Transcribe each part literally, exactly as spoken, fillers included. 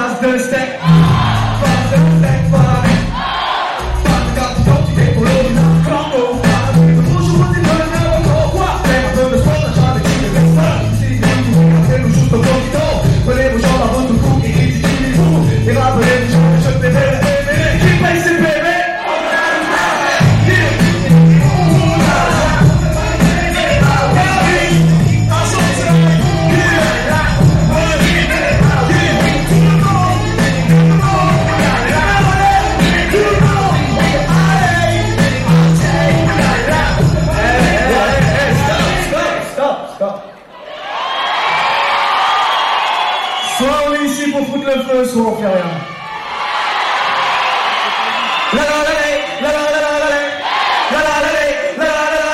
phase de steak. Phase de steak, phase. Phase de carte d'identité pour l'original. Corbeau, phase. Bonjour, c'est le numéro trois. Faites un peu de sport, l'achat avec une personne. Si vous regardez le shoot au coquito, prenez vos jambes à votre cou et critiquez-vous. Et rappelez-vous, je te verrai. Qui paye ses bébés? Soit on est ici pour foutre le feu, soit on fait rien. La la la la la la la la la la la la la la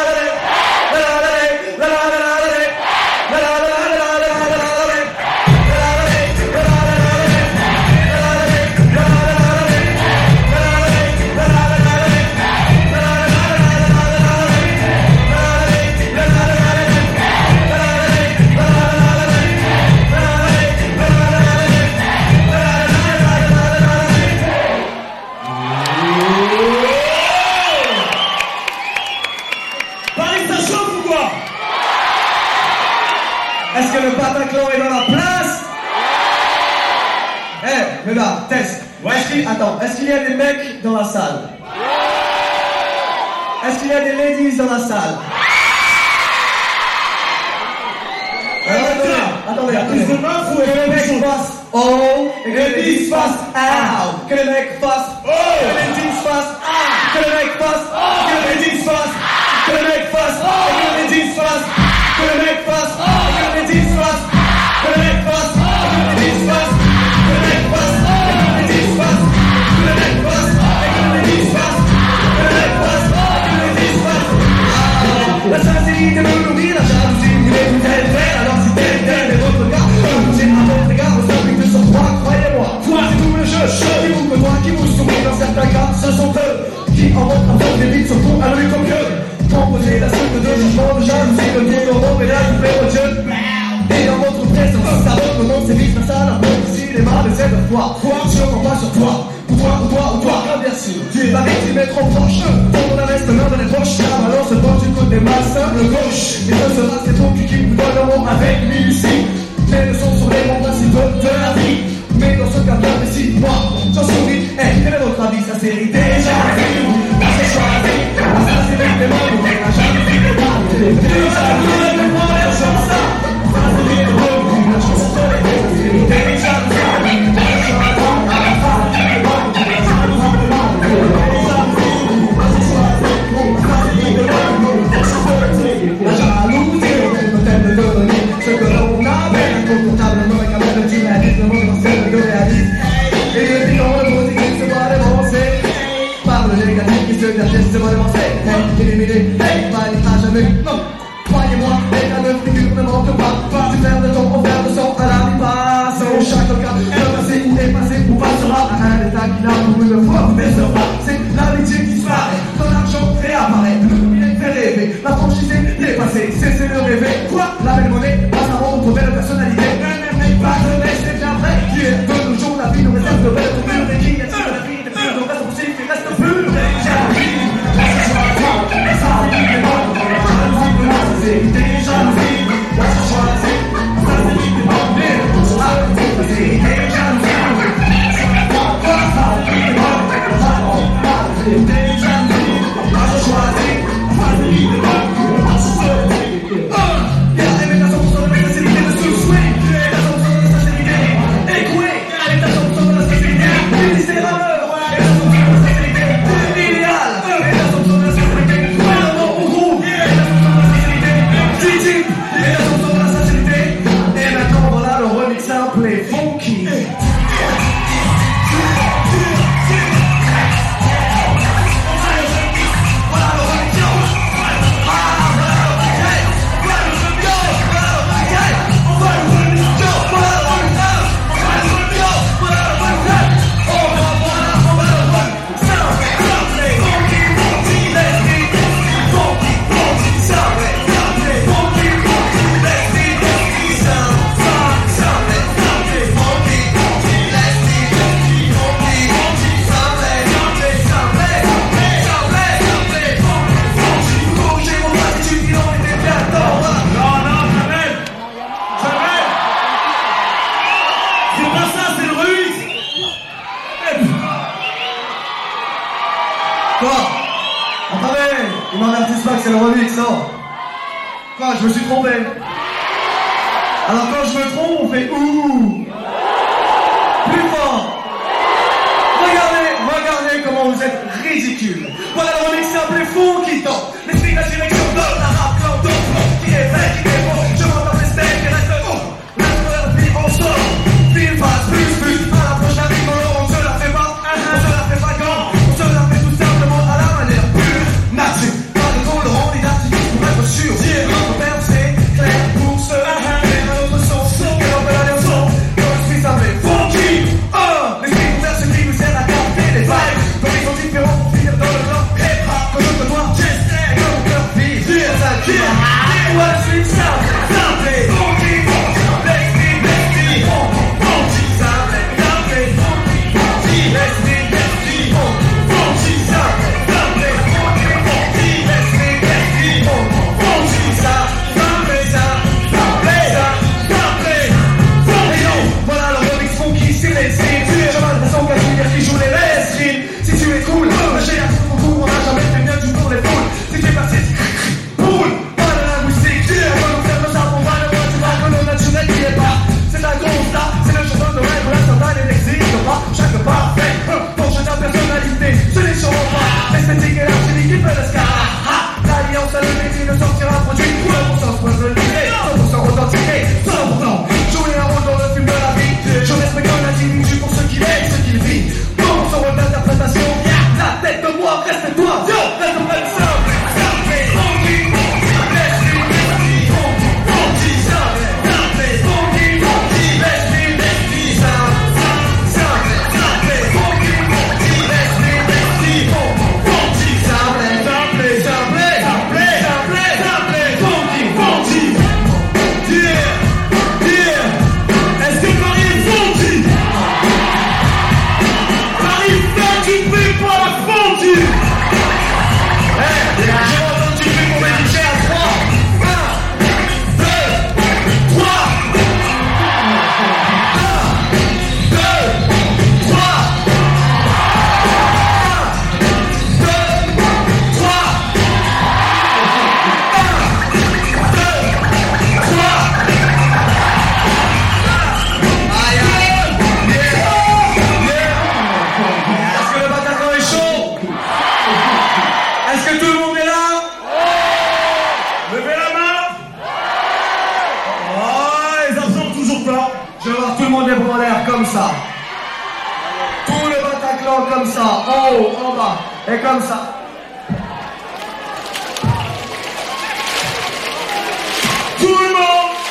Est-ce que le Bataclan est dans la place? Eh, hey, mais là, test. Ouais. Est-ce qu'il... Attends, est-ce qu'il y a des mecs dans la salle? Est-ce qu'il y a des ladies dans la salle? Alors, attendez, attendez, attendez. Que le mec fasse oh, et que les ladies fassent ow. Que le mec fasse oh, que les ladies fassent ah. Que le mec fasse oh, que les ladies fassent que le mec fasse oh, que les ladies fassent que le mec fasse oh, que les ladies fassent que le mec fasse oh, que les ladies fassent que le mec fasse oh, que les ladies fassent que le mec fasse oh, que les ladies fassent que le mec fasse oh, que les ladies fassent. La sincérité me nourrit, la jalousie vous les vous êtes frères. Alors si tel tel est votre gars, j'ai un autre gars, vous savez que sur moi, croyez-moi. Toi c'est tout le jeu, je dis vous que moi qui vous souris dans certains cas, ce sont eux qui en montrent un peu des vides surtout à l'œil comme que proposer la suite de changement de jalousie, le tour d'euro et la coupée au Dieu. Et dans votre présence, ça votre nom c'est vice versa, la porte du cinéma, mais c'est de foi. Foi, je compte pas sur toi, ou toi, ou toi, ou toi, bien sûr. Tu es la victime est trop proche, pour la reste l'un dans les poches, la balance se penche du côté malsain, le gauche. Et ce sera c'est ton cul qui vous donne un mot avec minutie. Les leçons sur les bons principaux de la vie. Mais dans ce cas bien précis, moi, j'en souris. Eh, quel est votre avis, sa série déjà vu? La c'est choisi, la c'est avec les mots, on n'a jamais vu les mots. Déjà vu, le monde est comme ça. Ça c'est les mots, la chanson de l'été. Déjà vu, la chanson à la fin. La jalousie, peut-être de donner ce que l'on avait inconfortablement et quand même tu m'as dit le monde dans celle de réalisme. Et depuis quand le positif se voit dévancer par le négatif qui se digeste se voit dévancer. Hey, éliminé, hey, pas à jamais, non. Croyez-moi, les cas de figure ne manquent pas. Du fer de ton au fer de son à la mi-passe. Au chaque cas, le passé ou est passé ou passera à un état qui n'a pour une fois mais sera. C'est l'amitié qui disparaît, ton argent réapparaît. Il est fait rêver, la franchise est dépassée. Cessez de rêver, quoi? La belle monnaie, pas à rendre pour belle personnalité. Pas de mais c'est bien vrai. Qui est de nos jours, la vie nous réserve de belles tournures. Et qui est-il de la vie de pure, donc reste possible, il reste pur. Déjà vu, la situation, ça arrive des bonnes. C'est déjà vu, la choisi, ça c'est vite des bonnes. C'est déjà vu, ça c'est vite des bonnes. C'est déjà vu, la choisi, ça c'est vite des bonnes. Il y a aimé la chanson sur le mec, c'est l'idée de sous-souhait. La chanson de la sincérité, écouée. La chanson de la sincérité, misérable. La chanson de la sincérité, idéal. La chanson de la sincérité, vraiment au groupe. La chanson de la sincérité, critique. La chanson de la sincérité. Et maintenant voilà le remix simple et funky. Quoi? Attendez, il m'avertisse pas que c'est le remix, non? Quoi, je me suis trompé? Alors quand je me trompe, on fait ouh. Plus fort. Regardez, regardez comment vous êtes ridicules. Voilà le remix simple et fou qui tombe. L'esprit de la direction donne la rap, clan, d'autres qui est vrai, qui est bon. Je m'en tape les steaks et reste bon. La couleur vie en sort. Fil passe, plus, plus. À la prochaine rigolo, on se la fait pas. On se la fait pas grand. On se la fait tout simplement à la manière pure nature. Pas de colorant, ni d'artifice pour être sûr. Notre père, c'est clair pour se faire un autre son. Et l'on peut aller au son. Quand je suis appelé funky. Oh, l'esprit ouvert, ce qui nous sert à capter les vibes. Comme ils sont différents pour finir dans le blanc. Hip-hop, comme je te dois, just et comme mon cœur vit. Dire ça, dire. What a sweet sound. Simple, funky, l'esprit, l'esprit, funky, simple, simple, funky, l'esprit, l'esprit, funky, simple, simple, funky, l'esprit, l'esprit, funky, simple, simple, simple, simple, funky. Voilà le remix funky, c'est les streams. Je m'adresse en cas de dire qui joue les streams. Si tu es cool, j'ai un truc pour on n'a jamais fait bien du pour les foules. Si tu es passé, poule, pas de linguistique. On va nous faire le savon, on va le voir, tu vois que le naturel n'y est pas. C'est la grosse là, c'est le chemin de rêve, l'instantané n'existe pas. Chaque parfait, penche ta personnalité, ce n'est sûrement pas l'esthétique et l'argile qui fait le ska. L'alliance à le métier ne sortira produit pour cent pour cent sponsorisé, cent pour cent authentique, cent pour cent jouer un rôle dans le film de la vie. Je respecte un individu pour ce qu'il est, ce qu'il vit. Pour son rôle d'interprétation, la tête de moi reste toi, yo, reste pas le simple. Tout le Bataclan comme ça, en haut, en bas, et comme ça. Tout le monde.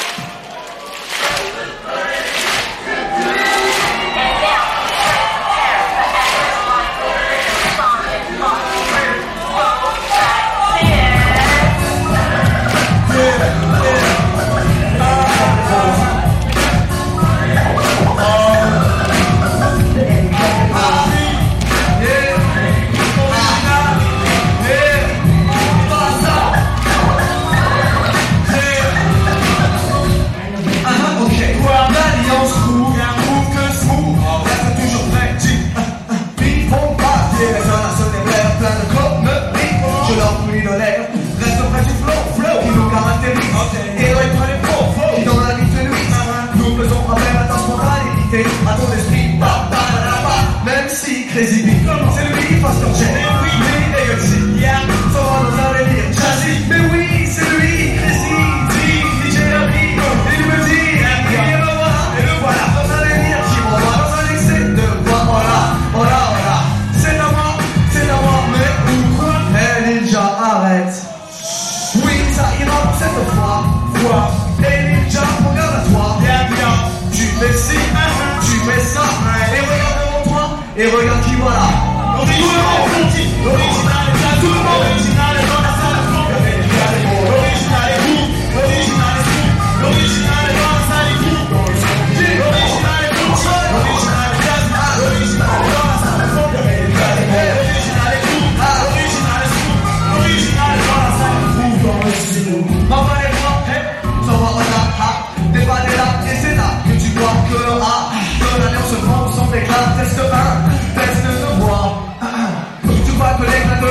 À ton esprit, bah, bah, bah, bah. Même si Crazy Beat, c'est le Biggie Faster Jet. Mais oui, mais A L C, yeah, ça va dans un délire jazzy. Mais oui, c'est lui, Crazy D J L B, et il me dit, et le voilà, et le voilà, dans un délire qui m'envoie dans un excès de voix. Voilà, voilà, voilà, c'est à moi, c'est à moi, mais où? Et Ninja, arrête. Oui, ça ira pour cette fois, fois. Et Ninja, regarde à toi, bien, bien. Tu fais ci, tu fais ça, et regarde devant toi, et regarde qui voilà. L'original est gentil, l'original est là, tout le monde. L'original est dans la salle, l'original est beau, l'original est fou, l'original est fou, l'original est dans la salle, il est fou. L'original est fou, l'original est jazz, l'original est dans la salle, l'original est beau, l'original est fou, l'original est fou, l'original est dans la salle, il est fou. Dans le studio, m'en va les bras, ça va en là, t'es pas là, et c'est là que tu vois que le A de l'alliance se prend, on s'en déclare, test un, test deux, voix. Tu vois que les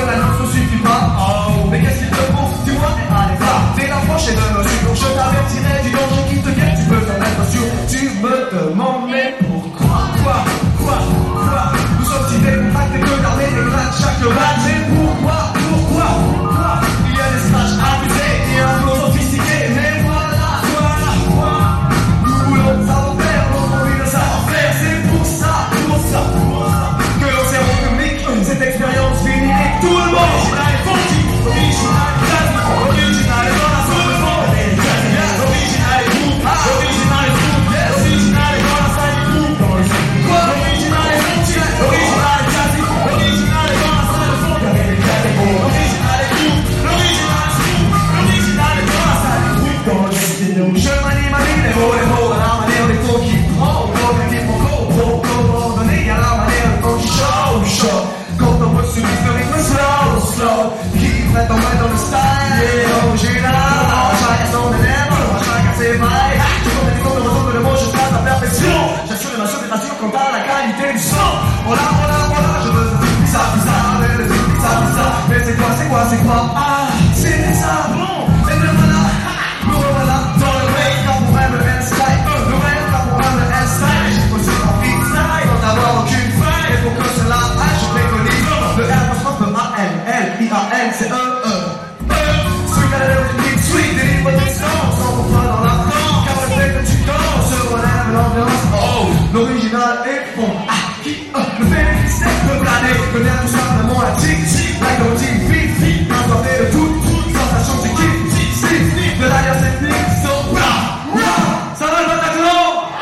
qualité du son. Oh là, oh là, oh là, je veux du pizza, pizza, mais le pizza, pizza. Mais c'est quoi, c'est quoi, c'est quoi? Ah, c'est ça, bon. Et le voilà, le voilà, dans le rêve, quand on aime le N-Style. Le rêve, quand on aime le N-Style. J'ai posé en freestyle, sans avoir aucune faille. Et pour que cela aille, je préconise le R apostrophe A N L I A N, c'est E E. Sweet, la lèvre du beat, sweet, délivre des sons, sans pour toi dans la danse. Car le fait que tu danses, se relève l'ambiance. Oh, l'original est bon. Ah, qui, euh, le bénéfice peut planer, connaître tout simplement la tic, like on dit, vite, vite, importer de tout, sensation du kiff, stiff, de l'arrière technique, so, rah, rah, ça va le Bataclan?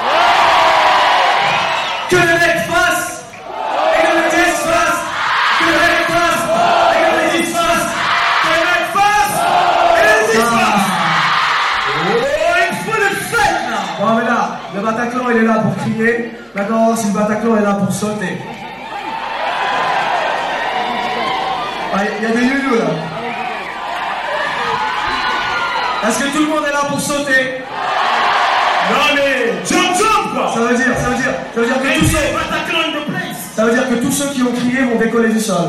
Que le mec fasse, et que le mec fasse, que le mec fasse, et que le mec fasse, que le mec fasse, et que le mec fasse. Oh, il faut le faire là. Bon, mais là, le Bataclan il est là pour crier. D'accord, si le Bataclan est là pour sauter. Ah, il y a des youyous là. Est-ce que tout le monde est là pour sauter? Non mais jump jump quoi. Ça veut dire, ça veut dire, ça veut dire que tous ceux, Bataclan in the place. ça veut dire que tous ceux qui ont crié vont décoller du sol.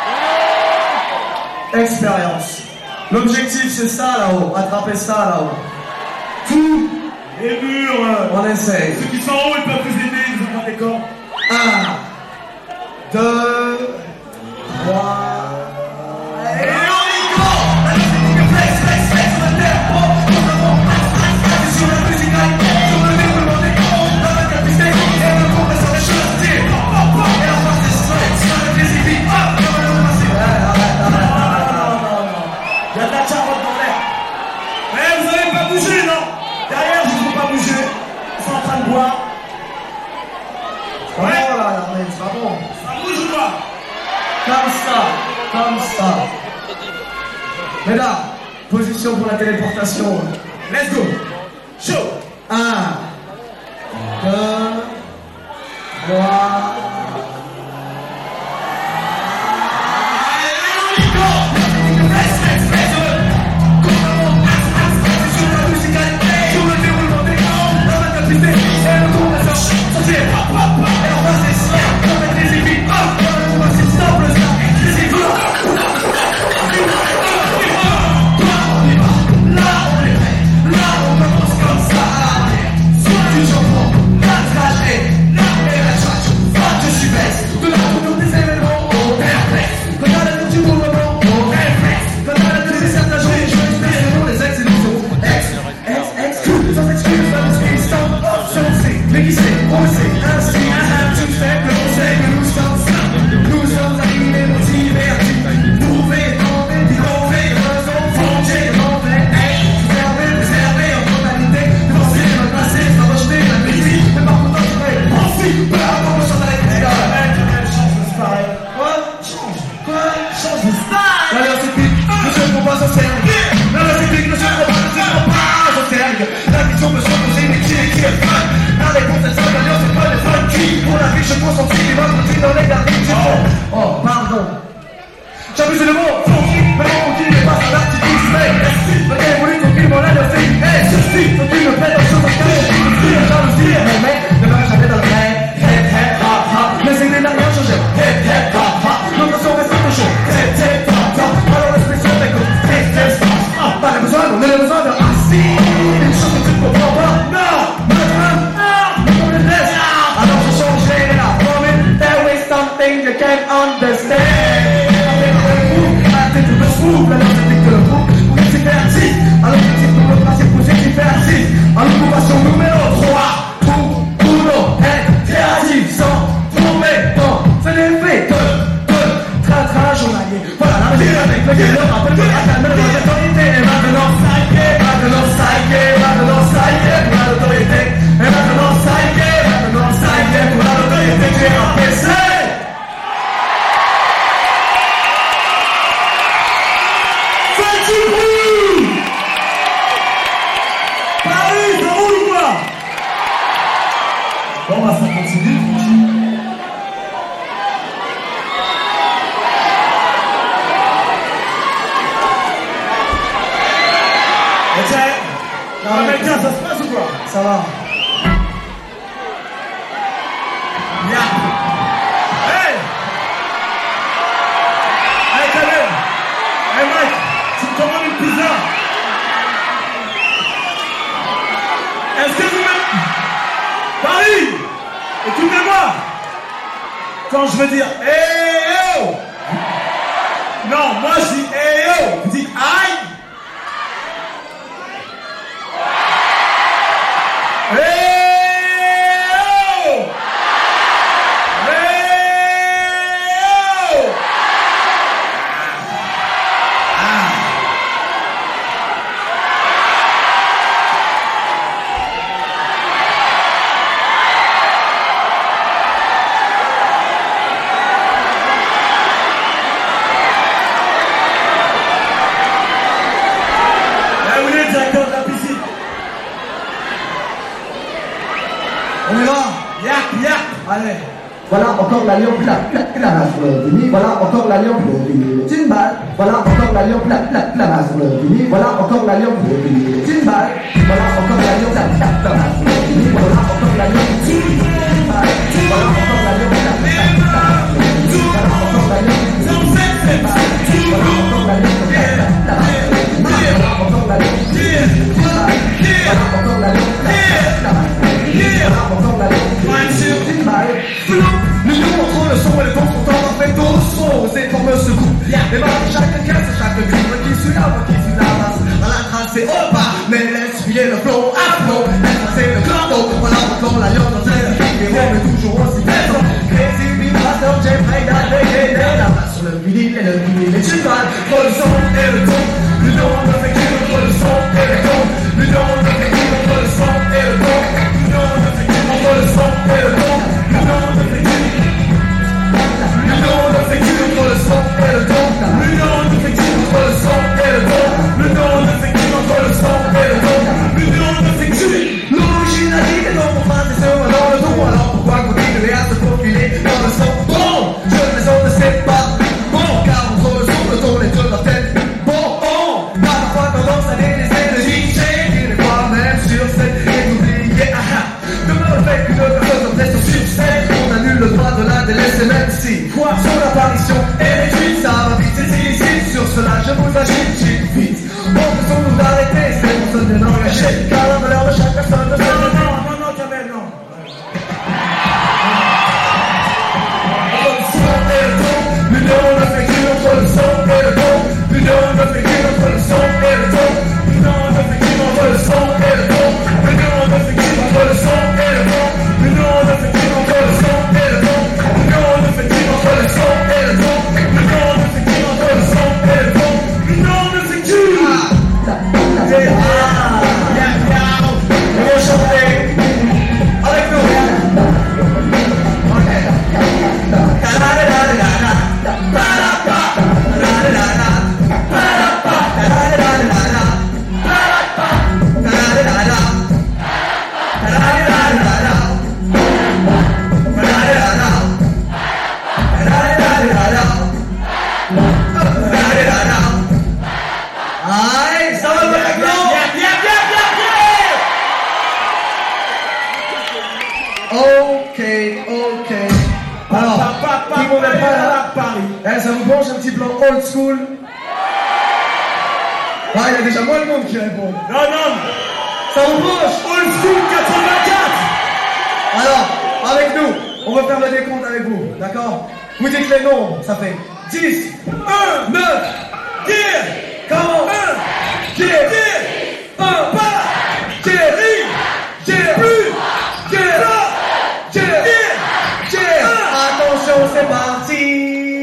Expérience. L'objectif c'est ça là-haut, attraper ça là-haut. Tout. Les murs, euh, On essaye. ceux qui sont en haut ils peuvent vous aider, ils ont pas des corps. Un, deux, trois. Et on y go! La musique flex, flex, flex sur le tempo. Sur la musicalité, sur le déroulement des comptes. La capacité et le compresseur des choses. Et la force des strikes, sur le plaisir vite. Hop, comme le massif. Arrête, arrête, arrête. Il y a de la carotte dans l'air. Eh, vous avez pas bougé, non? Derrière, je ne peux pas bouger. Ils sont en train de boire. Oh là là, mais c'est pas bon. Ça bouge ou pas? Comme ça, comme ça. Mais là, position pour la téléportation. Let's go. Show. Un, deux, trois. Oh, pardon. J'abuse le mot. Mais on dit les passes à l'artifice. Mais merci. Le gars évolue tranquillement là, le fait. Hey, ceci, faut qu'il me plaît dans ce podcast. Je suis jalousie. Mais mec, ne va jamais dans le rêve. Hep, hep, hop, hop. Mais c'est des n'a rien changé. Hep, hep, hop, hop. Notre son reste toujours. Hep, hep, hop, hop. Alors l'expression avec le hep, hep, hop. Pas de besoin, on a besoin de assis. Une chose que tu ne comprends pas. Non, non, non, non, le laisse. Alors je changerai la formule. There is something you can't understand. Avec le groupe, la langue technique de le groupe. Pour que c'est créatif. Alors l'objectif pour le principe positif et actif. En occupation numéro trois. Pour, pour être créatif sans tomber dans ce l'effet de, de, train-train journalier. Voilà la musique avec le gueule, rappelle que la calme de l'autorité. Et maintenant, ça y est, maintenant, ça y est, maintenant, ça y est, pour l'autorité. Et maintenant, ça y est, maintenant, ça y est, pour l'autorité. J'ai un P C. Écoutez-moi. Quand je veux dire hey yo, non, moi je dis hey yo, vous dites aïe. Hey yo, hey yo. Ah. Directeur de la piscine. On y va. Yap, yap. Allez. Voilà encore la lion plat plat plat sur le fini. Voilà encore la lion pour fini. Timbal. Voilà encore la lion plat plat plat sur le fini. Voilà encore la lion pour fini. Timbal. Voilà encore la lion plat plat plat sur le fini. Voilà encore la lion timbal. Voilà encore la lion plat plat plat sur le fini. Voilà encore la lion timbal. Voilà encore la lion plat plat plat sur le fini. Voilà encore la lion timbal. Voilà encore la lion plat plat plat sur le fini. Voilà encore la lion timbal. Le nous entre le son et le temps sont en fait au son, c'est pour me secouer. Les mains, chaque caisse, chaque vibre qui suit la voix, qui suit la masse. À la trace, c'est au pas, mais laisse filer le flow à flow. Laisse passer le clando, voilà encore la lion dans elle. Et on est toujours aussi présent. Crazy beat, master, j'ai pris la dégaine. La masse sur le vinyle et le vinyle est une balle. Entre le son et le ton. Le nom de fait entre le son et le ton. Le nom de fait entre le son et le ton. Le nom de fait entre le son et le ton. Le nom de fait Le nom de fécule entre le son et le don. Le nom de fécule entre le son et le don. Le nom de fécule entre le son et le don. Le nom de fécule. L'originalité dans mon phrase est seulement dans le don. Alors pourquoi continuer à se profiler dans le son? Bon, je raison ne sais pas. Bon, car entre le son, le ton, les deux leur tête. Bon, on a parfois tendance à délaisser le D J qui n'est pas même sur scène et d'oublier. Ah ah, demain le fait qu'une personne se presse sur scène. On annule le droit de la délaisser même si quoi son apparition est réduite, ça va vite, c'est illicite. Sur cela je vous agite, j'y vite. Empêchons-nous d'arrêter, c'est pour se bien engager. Car la valeur de chaque personne ne se Non, non, non, non, non, Jamel, non. Le nom de fécule entre le son et le don. Le nom de fécule entre le son et le don. Le nom de fécule entre le son et le don. Le nom de fécule entre le son et le don. Le nom de fécule entre le son et le don. Le nom de fécule entre le son et le don. Le nom de fécule entre le son et le don. Le nom de fécule. Ah, yeah, yeah. On va chanter avec nous. Aïe, ça va avec nous. Ok, ok. Alors, tout le monde est pas là. Eh, ça vous branche un petit plan old school? Ah, il y a déjà moins de monde qui répond. Non, non. Ça vous branche? Old school quatre-vingt-quatre. Alors, avec nous, on va faire le décompte avec vous, d'accord? Vous dites les nombres, ça fait dix, un, neuf, dix, comment? un, dix, un, pas, dix, dix, plus, dix, dix, dix, attention, c'est parti.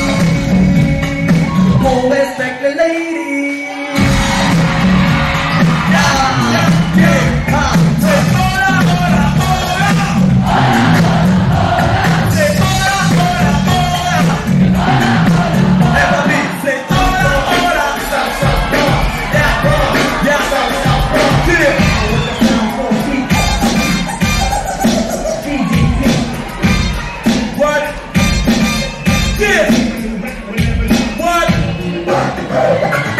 On respecte les ladies. Yeah, yeah, ah, c'est hola, hola, hola. C'est hola, hola, hola. Eh papi, c'est hola, hola. Yeah, yeah, yeah. What? Yeah. What?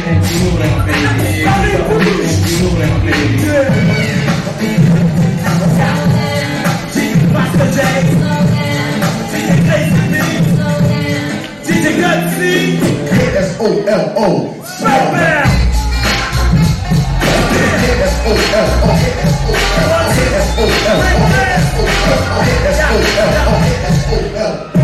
and you know that, baby. And you know that, baby. Master J, D J Casey, D J Gutsy, K S O L O, Smackdown. K S O L O, K S O L O, K S O L O, K S O L O.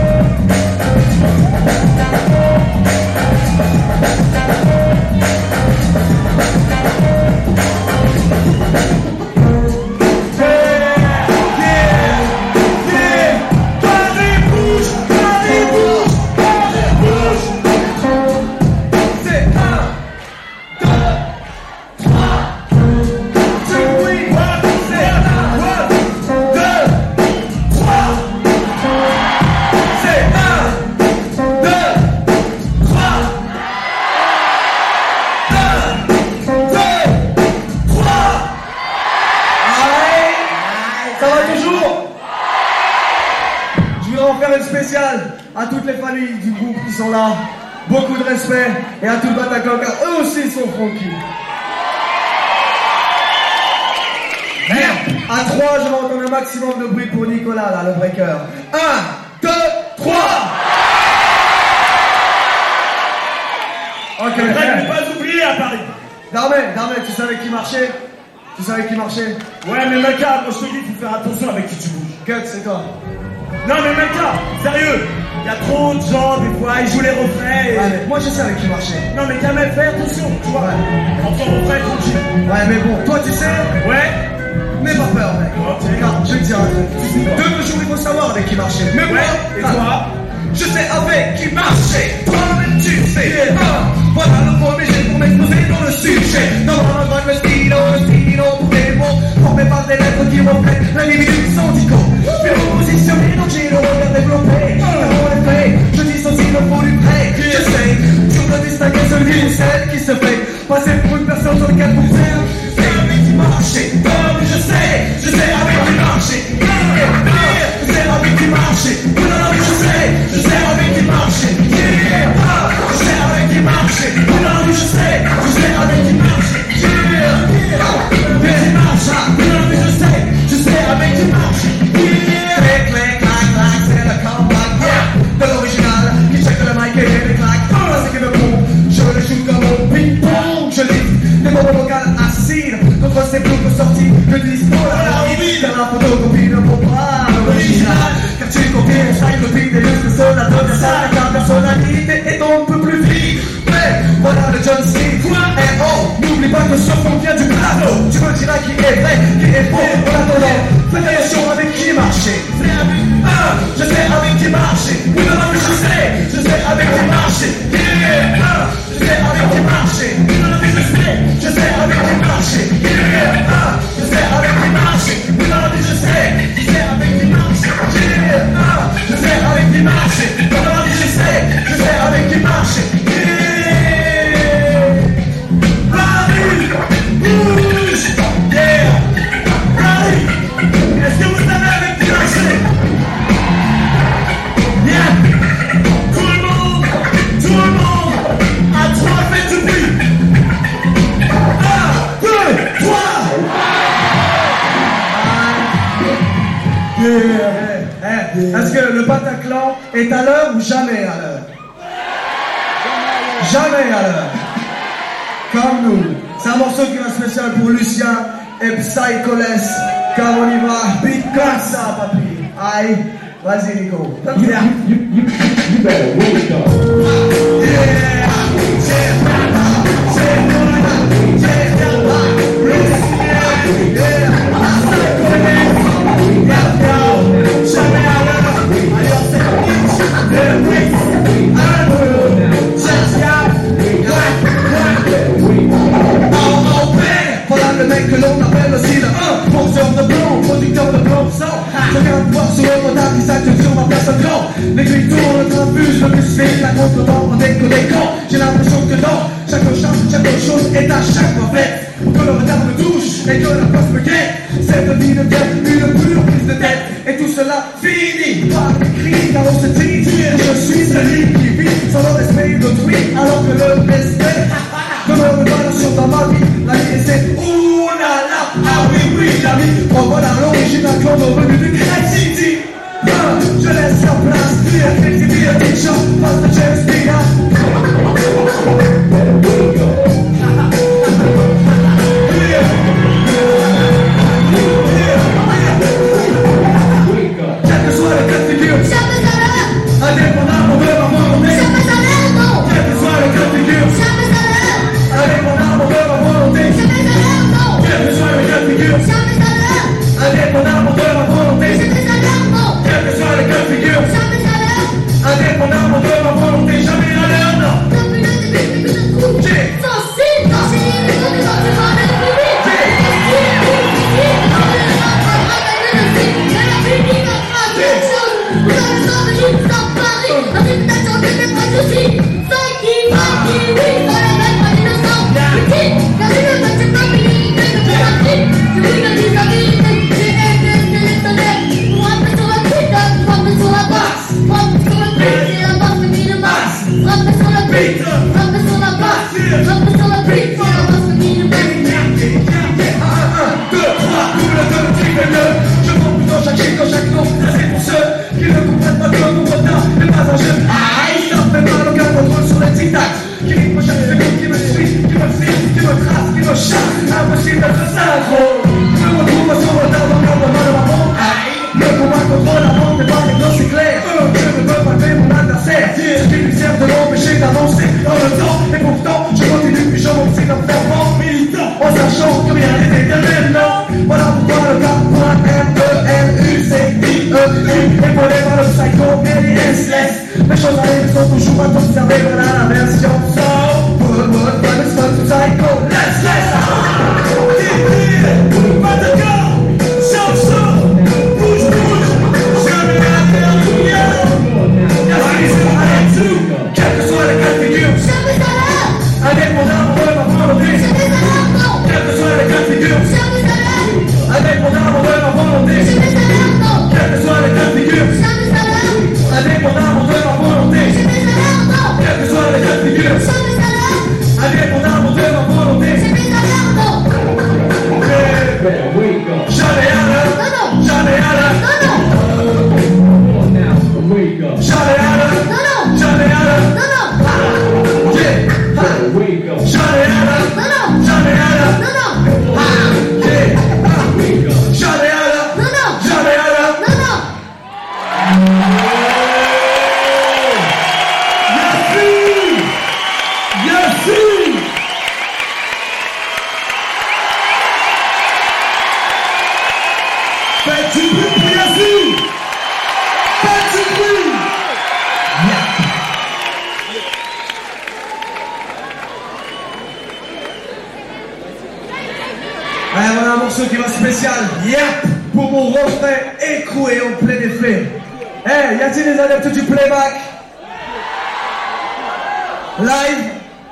À toutes les familles du groupe qui sont là, beaucoup de respect, et à tout le Bataclan car eux aussi sont funky. Merde. À trois, je vais entendre un maximum de bruit pour Nicolas là, le breaker. Un, deux, trois. Ok. Ne pas oublier à Paris. Darmé, Darmé, tu savais qui marchait? Tu savais qui marchait? Ouais, mais Maka, moi je te dis, il faut faire attention avec qui tu bouges. Gut, c'est toi. Non, mais Maka, sérieux, il y a trop de gens, des fois, ils jouent les refrains et... Ouais, mais moi je sais avec qui marchait. Non, mais quand même, fais attention, tu vois. Ouais. Quand ton refrain tranquille. Ouais, mais bon, toi tu sais. Ouais. N'aie pas peur, mec. Ok. Regarde, je vais te dire un truc. De nos jours, il faut savoir avec qui marcher. Mais Ouais, moi, et ah, toi? je sais avec qui marcher. Toi-même, tu sais. Ah, voilà le premier jet pour m'exposer dans le sujet. Dans un endroit de stylo, stylo pour les mots. Formé par des lettres qui reflètent l'individu syndico. Puis positionné, donc j'ai le regard développé. Dans les faits, je dissocie le faux du prêt. J'essaie sur de distinguer celui ou celle qui se fait passer pour une personne sur le quatre pour cent. C'est avec qui marcher. Comme je sais, je sais avec qui marcher. Je sais avec qui marcher. Non, je sais, je sais avec qui marcher. Yeah, ah, je sais avec qui marcher. Non, je sais, je sais avec qui marcher. Yeah, yeah, mais qui marche. Non, mais je sais, je sais avec qui marcher. Yeah, clic, clic, clac, clac, c'est le comeback. Yeah, de l'original qui check le mic et les claques. Oh, c'est que le bon, je le joue comme au ping-pong. Je lis des mots vocales acides contre ces boucles sorties que dispo la vie. Dans la photocopie ne vaut pas l'original. Car tu copies une cyclopédie des lustres sur la donne de ça. Ta personnalité est un peu plus vite. Mais voilà le John Smith. Et oh, n'oublie pas que ce fond vient du plateau. Tu me diras qui est vrai, qui est faux. En attendant, fais attention avec qui marcher. Ah, je sais avec qui marcher. Oui, non, mais je sais, je sais avec qui marcher. Yeah, ah, je sais avec qui marcher. Oui, non, mais je sais, je sais avec qui marcher. Yeah, ah, je sais avec qui marcher. Oui, non, mais je sais, je sais avec qui marcher. Yeah, ah, je sais avec qui marcher. Oui, non, mais je sais, je sais avec qui marcher. Yeah, Paris, bouge. Yeah, Paris. Est-ce que vous savez avec qui marcher? Yeah, tout le monde, tout le monde, à trois, faites du bruit. Un, deux, trois. Yeah. Eh, est-ce que le Bataclan est à l'heure ou jamais à l'heure? Jamais à l'heure. Comme nous. C'est un morceau qui est spécial pour Lucien et Psycholes. Comme on y va, beat comme ça, papy. Aïe, vas-y Nico. Yeah. You, you, you better roll it up. Yeah. Voilà le mec que l'on appelle aussi le un, penseur de blanc, producteur de blanc sang. Je viens de voir sur le retard qui s'active sur ma personne grand. L'aiguille tourne, le train fuse, le bus file, la contre-temps en déco d'écran. J'ai l'impression que dans chaque chance, chaque chose est à chaque fois faite. Que le retard me touche et que la place me guette. Cette vie devient une pure prise de tête. Et tout cela finit par des cris, car on se dit, je suis celui qui vit sans le respect d'autrui, alors que le respect de me suit, qui me file, qui me trace, qui me chasse. Impossible d'être synchro. Je me retrouve sur le temps dans le moment de ma bombe. Le combat contre la bande n'est pas réglé, c'est clair. Je ne veux pas tuer mon adversaire. Ce qui lui sert de m'empêcher d'avancer dans le temps. Et pourtant, je continue, puis je m'obstine à me faire mort militant. En sachant que rien n'est éternel, non. Voilà pourquoi le quatre point R E L U C I E U épaulé par le psycho et les S-less. Les choses arrivent sont toujours à t'observer, voilà la version so. Wood, wood, but it's fun to psycho. Let's, let's, ah! Pas de corps, chaud, chaud. Bouge, bouge, jamais à terre, y'a quelle que soit la cas de figure, indépendamment de ma volonté, quelle que soit la cas de figure, indépendamment de ma volonté, quelle que soit la cas de figure, indépendamment de ma volonté, quelle que soit la cas de figure, indépendamment de ma volonté. Jamais à l'heure, jamais à l'heure, jamais à l'heure, jamais à l'heure, yeah, jamais à l'heure, jamais à l'heure, yeah, jamais à l'heure, jamais à l'heure. Merci, merci. Faites du bruit pour Yassine. Faites du bruit. Ouais, voilà un morceau qui va spécial. Yep, pour mon refrain écroué en plein effet. Eh, hey, y a-t-il des adeptes du playback? Live?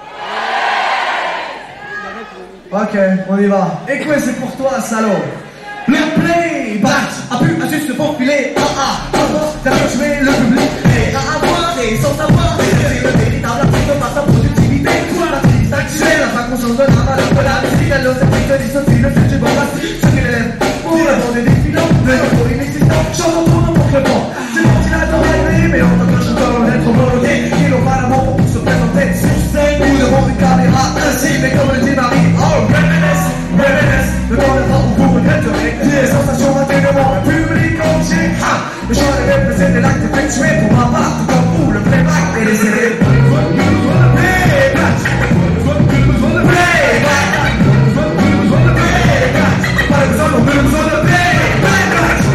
Ok, on y va. Écoué, c'est pour toi, salaud. Le playback a pu à juste faufiler. Ah ah, comment faire tuer le public et à avoir et sans savoir. C'est le véritable article par sa productivité. La triste actuelle, la conscience de la valeur de la musique. Elle ose être de dissocie, le fait du bon plastique. Ce qu'il élève pour la bande des filons. Le niveau inexistant, chante autour de mon clément. C'est parti là dans la mais en tant que chanteur, on est trop volonté. Il aura la mort pour se présenter sur scène. Ou devant une caméra ainsi, mais comme le dit Marie, oh, reminisce, reminisce. Le temps de temps où vous regretterez. Les sensations intégralement, le public entier. Ha! Le choix de représenter l'acte effectué pour ma part, tout comme vous, le playback et les C D. Playback! Playback! Pas besoin de besoin de playback!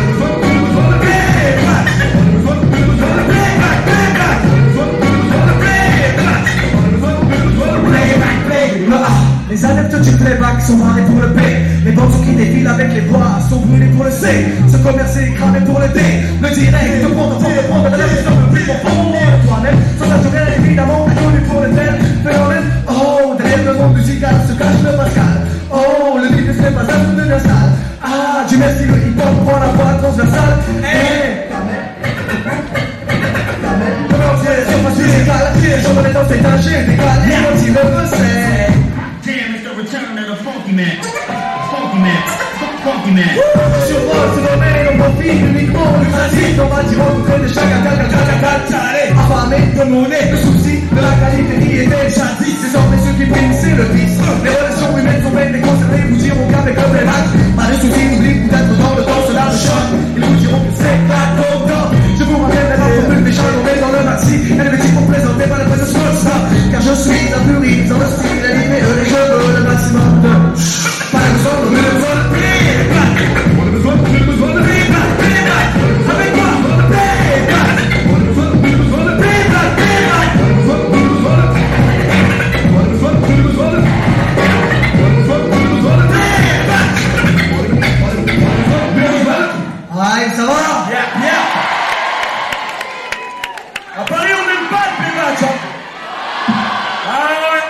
Les adeptes du playback sont marrés pour le B. Les bandes qui défilent avec les voix sont brûlés pour le C. Ce commerce est cramé pour le D. Le direct de prendre, prendre, prendre de la vision le plus profond de toi-même. Sans naturel évidemment, connu pour le tel phénomène. Oh, derrière le monde musical se cache le Pascal. Oh, le business n'est pas un truc de salle. Ah, du merci le hip-hop prend la voix transversale. Eh, comment dire, sur ma musicale, les gens de l'état c'est un général. Et quand il le veut, c'est Return of the funky man, funky man, funky man. Sur moi, ce domaine, on profite uniquement du principe. On va dire au côté de chaque attaque, attaque, attaque, attaque. Affamé de monnaie, le souci de la qualité qui était jadis. Désormais, ceux qui priment, c'est le vice. Les relations humaines sont belles et conservées. Vous diront qu'avec le playback, pas de soucis, n'oublie peut-être dans le temps, cela me choque. Ils vous diront que c'est pas content. Je vous rappelle les formules déjà nommées dans le maxi. Elle est pour présenter par la presse ça. Car je suis la plus riche dans le style, animé, les jeux, le maximum de. Pas besoin de besoin de playback. Pas besoin de besoin de playback. Playback. Avec moi, playback. Pas besoin de besoin de playback. Playback. Pas besoin de besoin de. Pas besoin de besoin de. Pas besoin de besoin de playback. Aïe, ça va? Yeah, yeah. À Paris, on n'aime pas le playback, hein. Ah ouais.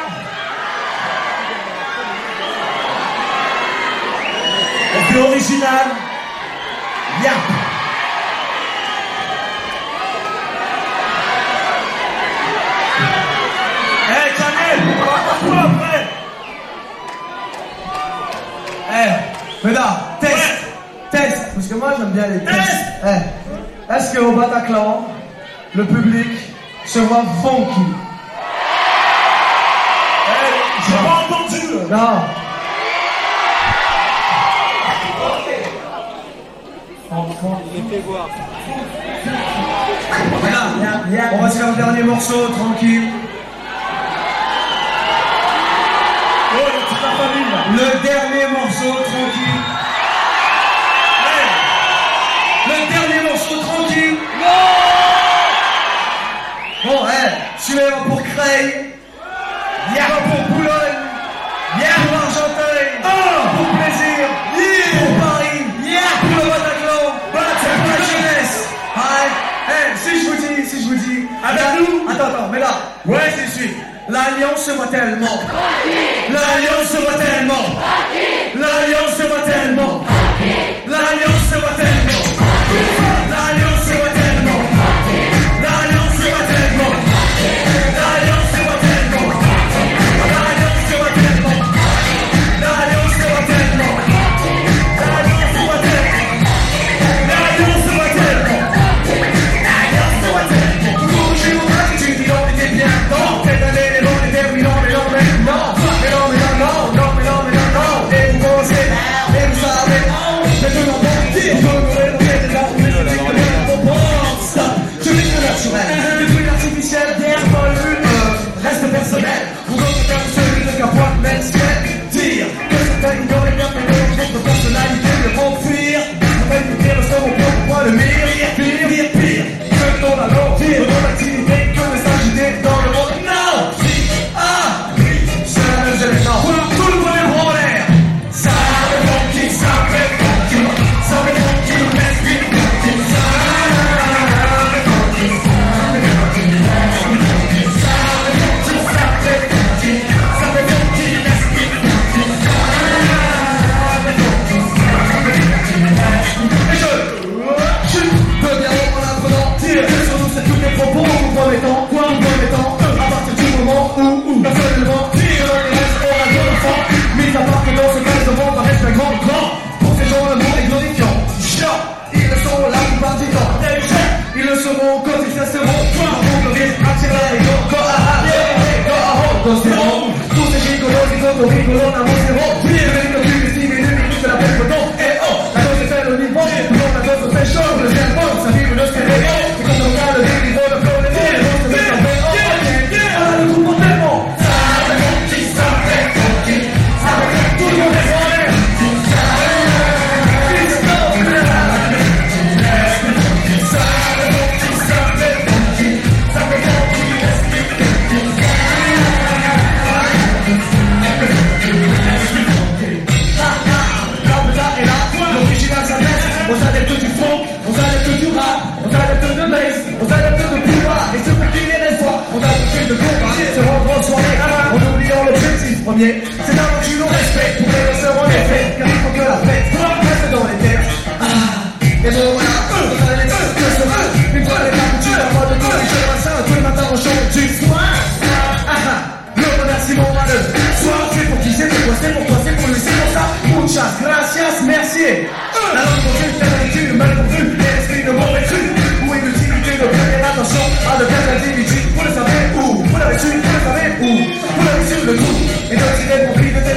On fait original. Yap. Eh, hey, Kamel, on va pas quoi après? Eh, Médard, test. Ouais. Test. Parce que moi, j'aime bien les tests. Test. Eh, est-ce qu'au Bataclan, le public se voit funky? Hey. Non. Voilà, on va se faire le dernier morceau, tranquille. Oh, toute la famille là. Le dernier morceau, tranquille. Hey. Le dernier morceau, tranquille. Bon, eh, celui-là va pour Creil. Il va pour Boulogne. Yeah. Pour Argenteuil. Oh. Pour Plaisir. Yeah. Pour Paris. Yeah. Pour le Bataclan. Bataclan. Pour la jeunesse. Ouais. Eh, si je vous dis, si je vous dis. Avec là, nous. Attends, attends, mais là. Ouais, c'est sûr. L'alliance se voit tellement. L'alliance se voit tellement. L'alliance se voit tellement. L'alliance se voit tellement. L'alliance se voit tellement. L'alliance se voit tellement. L'alliance se voit tellement. L'alliance se voit tellement. L'alliance se voit tellement. L'alliance se voit tellement. L'alliance se voit tellement. L'alliance se voit tellement. Toujours chez moi, tu dis on était bien dans cette année. Détruire l'artificiel, d'air, vol, reste personnel. Vous autres comme celui de capote, mais dire que certains ignorent les bienfaits de votre personnalité, le vont fuir. Vous faites du pire, le second point, point le mire, pire, pire, pire. Que ton alors, pire, ton activité, que de s'agiter dans le monde. Non! Ah! C'est la même génération. Tout le monde est en l'air. Ça fait funky, ça fait funky, ça fait funky, let's be funky, ça fait funky. Tous ces gigolos, ils sont rigolos, on a mon zéro. Le mec de plus de six minutes, il pousse la belle photo. Et oh, la dose est faite au niveau. La dose fait chaud, le bien bon, ça vibre le stéréo. Et quand on regarde le niveau, le flow, les mots, les mots se mettent en vélo. Ah, le groupe en démon. Ça fait funky, ça fait funky. Ça fait tout le monde est en l'air. Aux adeptes du fond, aux adeptes du rap, aux adeptes de bass, aux adeptes de pouvoir, et ceux qui les l'espoir, aux adeptes de combat, se rendre en soirée, en oubliant l'objectif premier, c'est d'abord que l'on respecte, pour les laisseurs en effet, car il faut que la fête reste dans les têtes. Ah, et bon voilà, aux adeptes que ce rap, une fois les marques, tu vas voir de corriger le matin, tous les matins on chante du soin. Ah ah, le remerciement à l'œuvre, soir, c'est pour qui, c'est pour toi, c'est pour toi, c'est pour lui, c'est pour ça, muchas gracias, merci. La langue pour une telle le mal compris, l'esprit de mauvais truc. Où est l'utilité de prêter attention à de tels individus? Vous le savez où? Vous l'avez su, vous le savez où? Vous l'avez su le tout. Et donc il est rempli de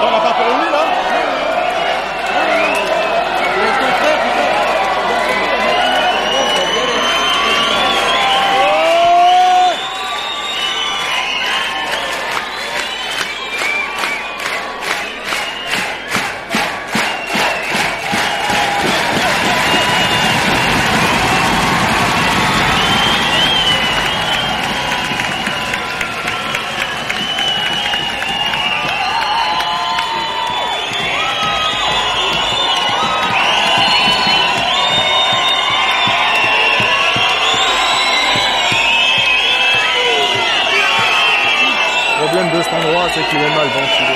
On n'a pas pour lui, là. Le problème de cet endroit, c'est qu'il est mal ventilé.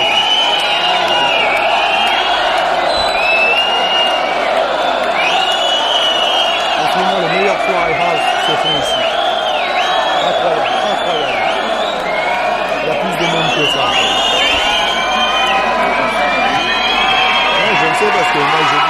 En ce moment, le meilleur soirée house se font ici. Incroyable, incroyable. Il y a plus de monde que ça. Ouais, je le sais parce que moi, j'ai dit.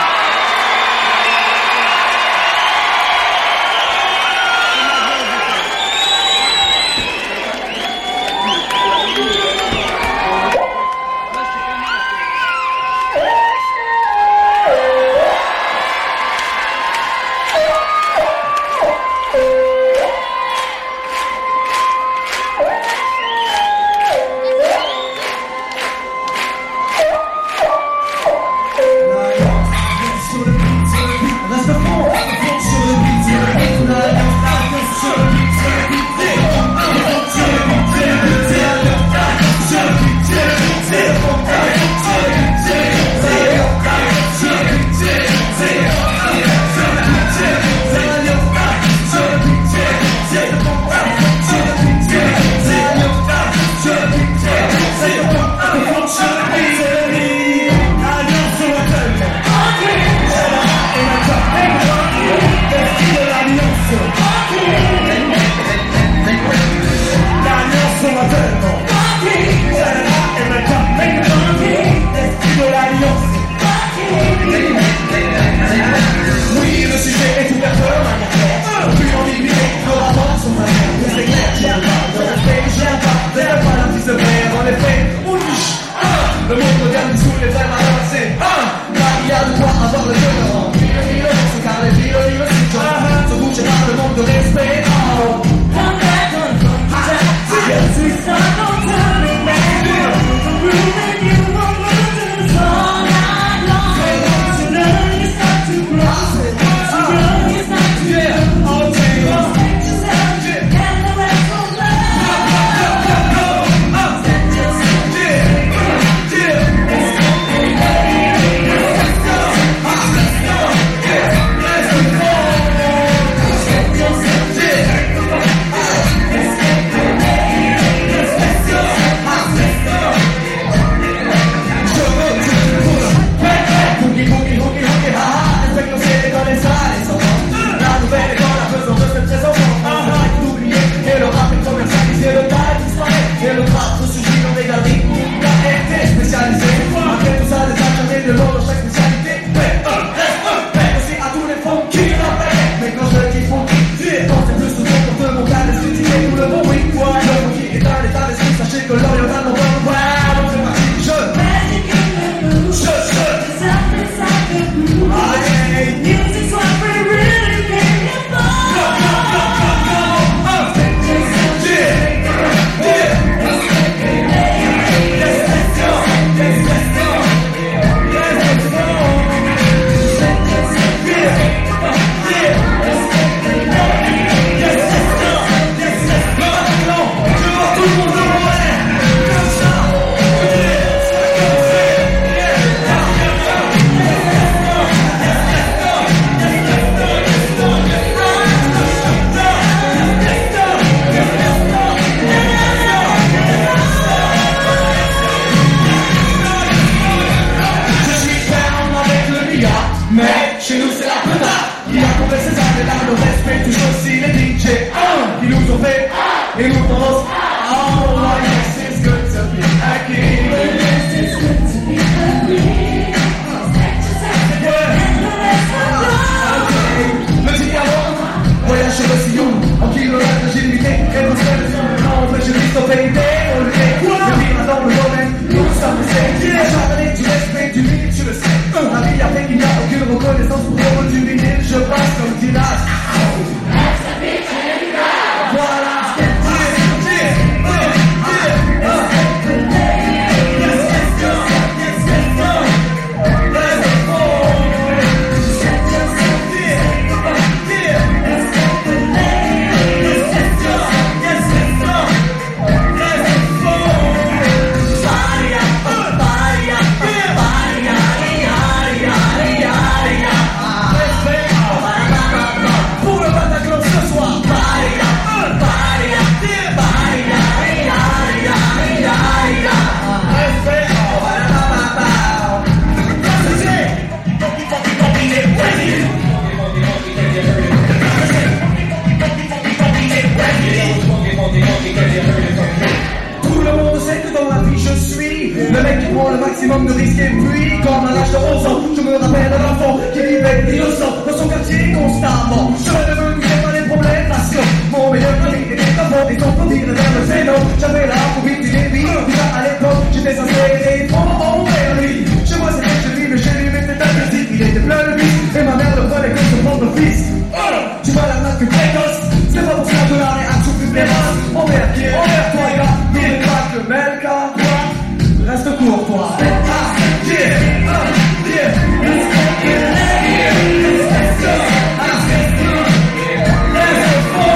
prends le maximum de risques et puis, comme à l'âge de onze ans, je me rappelle d'un enfant qui vivait innocent dans son quartier constamment. Je ne me disais pas les problèmes parce que mon meilleur ami était avant et son petit vers le zéro. J'avais la phobie du débit, déjà à l'époque, j'étais censé répondre vers lui. Chez moi c'était chez lui, mais chez lui m'était agressif, il était plein de vices, et ma mère le prenait comme son propre fils. Tu vois la marque précoce, c'est pas pour ça que la réaction fut féroce. Envers qui, envers toi, gars, n'oublie pas que Melka, toi, reste court, toi. Ah, yeah, ah, yeah, let's go, yeah, yeah, let's go, ah, let's go, let's go,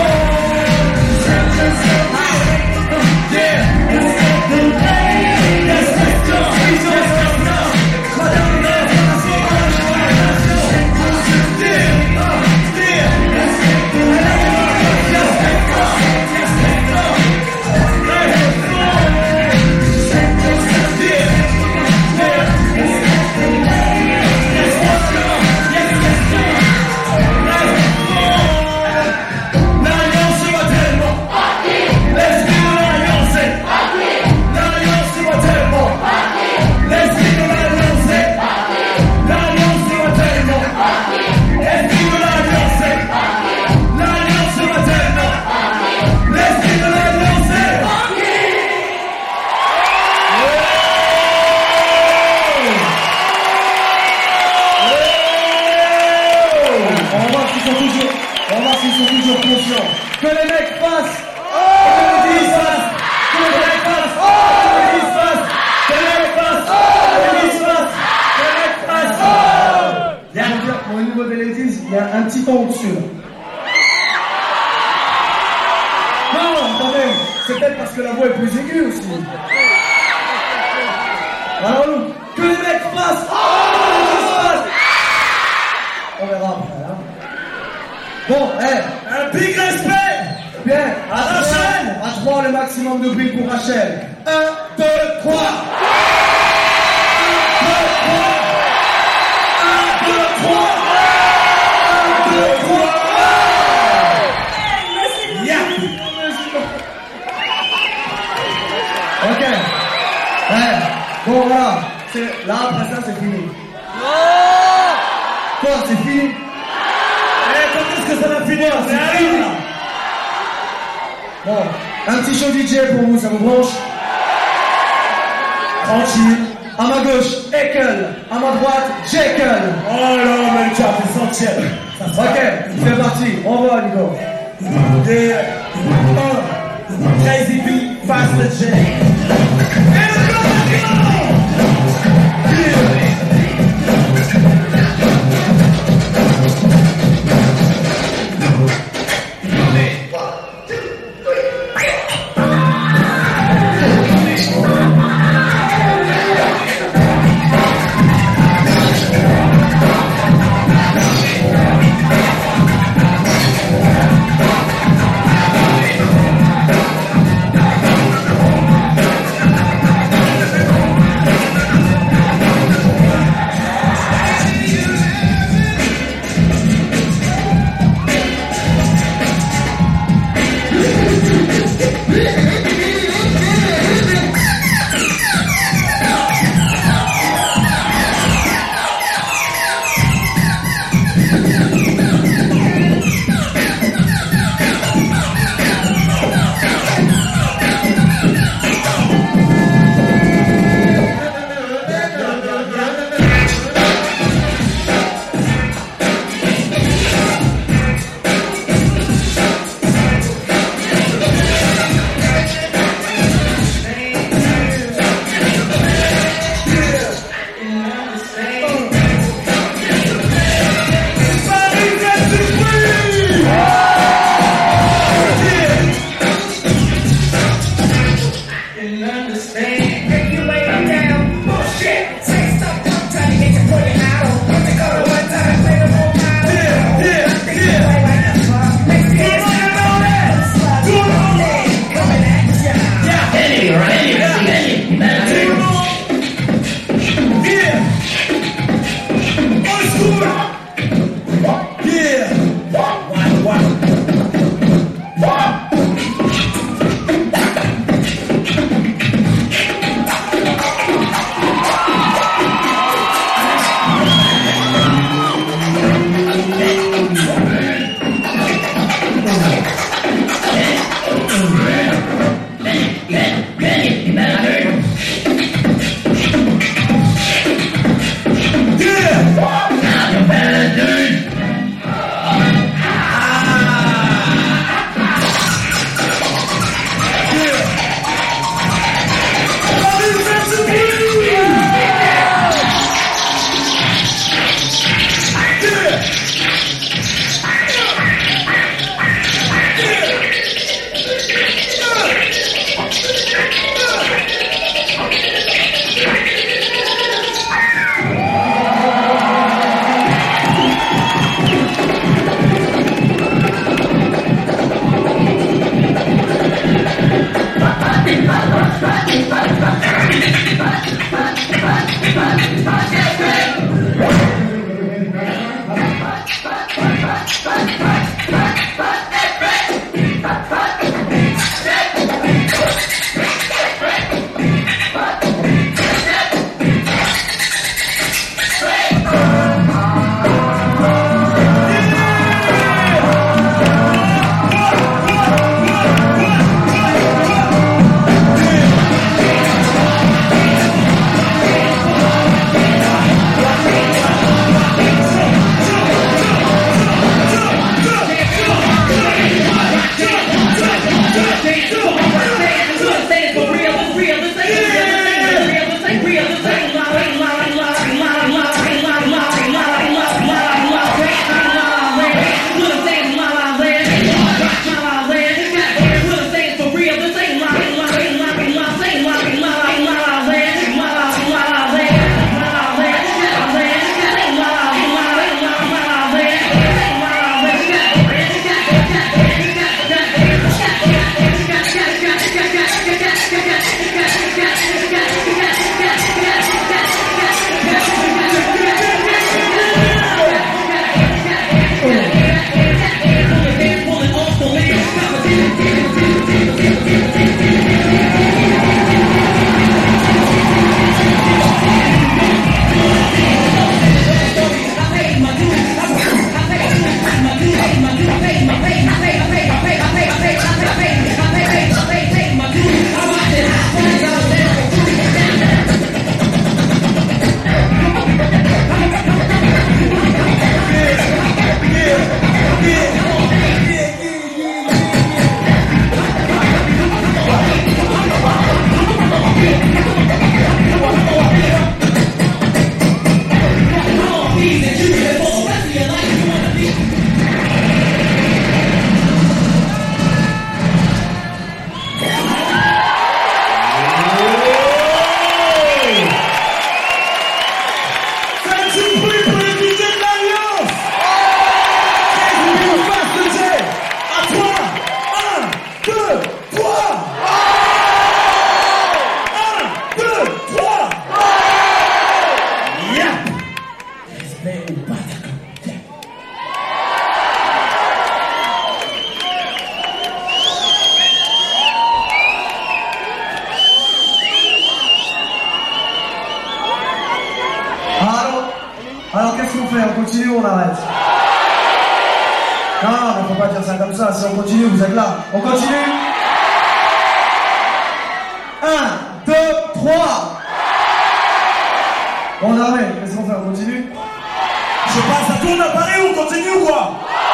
ah, yeah, let's go, let's go, let's go, madame, let's go, yeah, ah, yeah. Que les mecs fassent, que les disent fassent, que les mecs fassent, que les disent fassent, que les mecs fassent, que les disent fassent, que les mecs fassent. Bien dire, pour au niveau des ladies, il y a un petit ton au-dessus. Non, attendez, c'est peut-être parce que la voix est plus aiguë aussi. Alors, que les mecs fassent, que les disent fassent. On verra après, hein. Bon, hé, hey, un big respect. Bien, à Rachel. À trois, le maximum de bruit pour Rachel. Un, deux, trois. Un, deux, trois. Un, deux, trois. Un, deux, trois. Yeah. Ok. Ouais. Bon, voilà. C'est, là, après ça, c'est fini. Quoi, c'est fini? Quand est-ce que ça va finir? C'est fini. Bon, un petit show D J pour vous, ça vous branche? Tranquille. À ma gauche, Ekel. À ma droite, Jekyll. Oh là, mais tu as fait centième. Ok, c'est parti. On va, Nico. Des un, Crazy B, Fast J. Hey! Alors qu'est-ce qu'on fait? On continue ou on arrête? Non, non, mais faut pas dire ça comme ça. Si on continue, vous êtes là. On continue? Un, deux, trois. On arrête. Qu'est-ce qu'on fait? On continue? Je sais pas, ça tourne à Paris ou on continue ou quoi?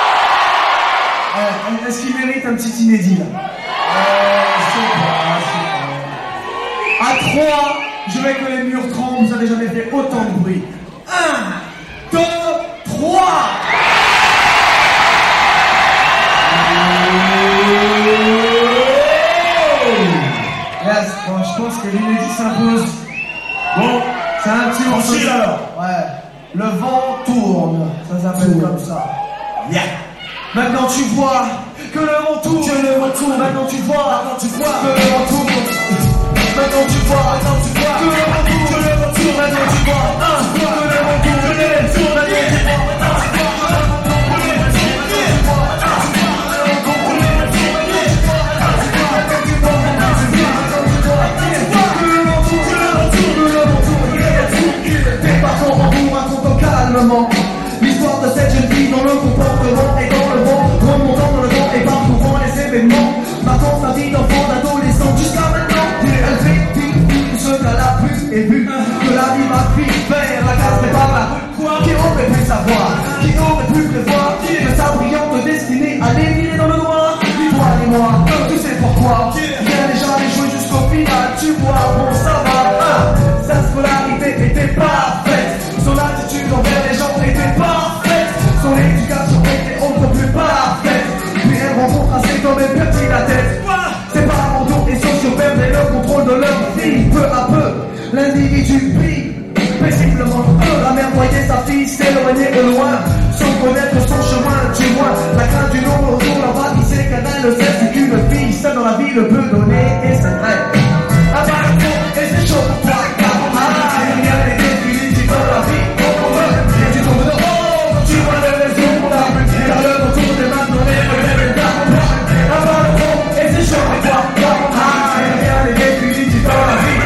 Eh, est-ce qu'il mérite un petit inédit là? Euh, je sais pas, je sais pas. À trois, je veux que les murs tremblent. Vous avez jamais fait autant de bruit. Un, deux, trois. Yes, bon, je pense que l'inédit s'impose. Bon, c'est un petit morceau. Franchis, alors. Ouais. Le vent tourne. Ça s'appelle comme ça. Yeah. Maintenant tu vois que le vent tourne. Que le vent tourne. Maintenant tu vois. Maintenant tu vois que le vent tourne. Maintenant tu vois. Maintenant tu vois que le vent tourne. Que le vent tourne. Maintenant tu vois. Un, que le vent tourne. Que le vent tourne. Maintenant tu vois. Maintenant tu vois. L'histoire de cette jeune fille dans le comportement et dans le vent, remontant dans le temps et parcourant les événements, marquant sa vie d'enfant, d'adolescent jusqu'à maintenant. Elle fait vivre ce qu'elle a pu et vu, que la vie m'a pris vers la case mais par la rue. Qui aurait pu savoir, qui aurait pu prévoir que sa brillante destinée allait virer dans le noir. Toi et moi, tu sais pourquoi. Rien n'est jamais joué jusqu'au final, tu vois, bon ça va. Ah, sa scolarité était parfaite, son attitude envers les gens était parfaite, son éducation était on ne peut plus parfaite. Puis elle rencontre un c'est comme un petit la tête. Ses parents d'eau et sociaux perdaient le contrôle de leur vie. Peu à peu, l'individu prie paisiblement. La mère voyait sa fille s'éloigner au loin, sans connaître son chemin. Du moins, la crainte du nombre autour là-bas, il sait qu'elle a le sait, c'est qu'une fille seule dans la vie le peut donner, et c'est vrai. Ah bah, et c'est chaud pour toi, ah, il y a des définitifs dans la vie. Et tu tombes de haut, quand tu vois le résultat, car le retour des maintenant les résultats. Ah bah, et c'est chaud pour toi, ah, il y a des définitifs dans la vie.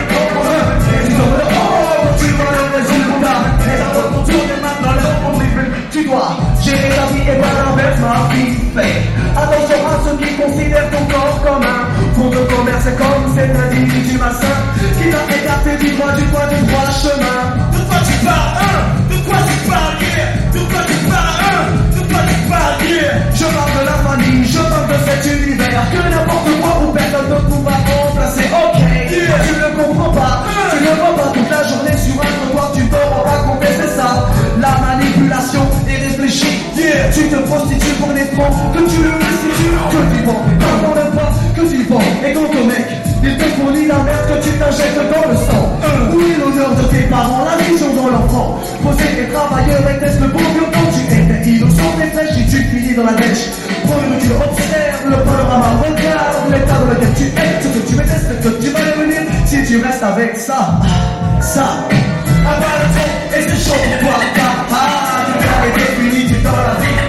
Et tu tombes de haut, quand tu vois le résultat, et le retour des maintenant les résultats. Tu dois gérer ta vie et pas l'inverse, ma fille. Fais attention à ceux qui considèrent ton corps comme un fonds de commerce, comme cet individu massin qui t'a écarté du droit, du droit, du droit chemin. De quoi tu parles, hein? De quoi tu parles, yeah? De quoi tu parles, hein? De quoi tu parles, yeah? Je parle de la famille, je parle de cet univers que n'importe quoi ou personne ne pourra remplacer. Ok, yeah. Tu ne comprends pas, tu ne vois pas toute la journée sur un trottoir, tu te rends pas compte, c'est ça. La manipulation est réfléchie, yeah. Tu te prostitues pour des francs, que tu le restitues, que tu vends, quand on n'aime pas, que tu vends. Et quand ton mec, il te fournit la merde que tu t'injectes dans le sang. Euh. Oui, l'honneur de tes parents, la vision dans l'enfant. Poser tes travailleurs et teste le bon vieux quand tu étais innocent, des flèches et tu finis dans la dèche. Prends le recul, observe le panorama, regarde l'état dans lequel tu es. Ce que tu détestes, ce que tu vas devenir si tu restes avec ça. Ça. Ah bah le fond, et c'est chaud pour toi. Ah, ah, tu perds les définitifs dans la vie.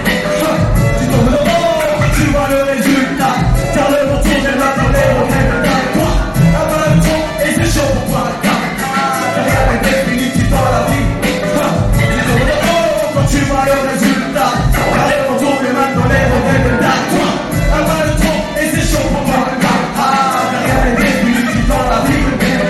Tu tombes de haut, tu vois le résultat. Car le retour des mains dans les regrets de toi. Ah bah le fond, et c'est chaud pour toi. Derrière les définitifs dans la vie. Tu tombes de haut quand tu vois le résultat. Car le retour des mains dans les regrets de toi. Ah bah le fond, et c'est chaud pour toi. Ah, derrière les définitifs dans la vie.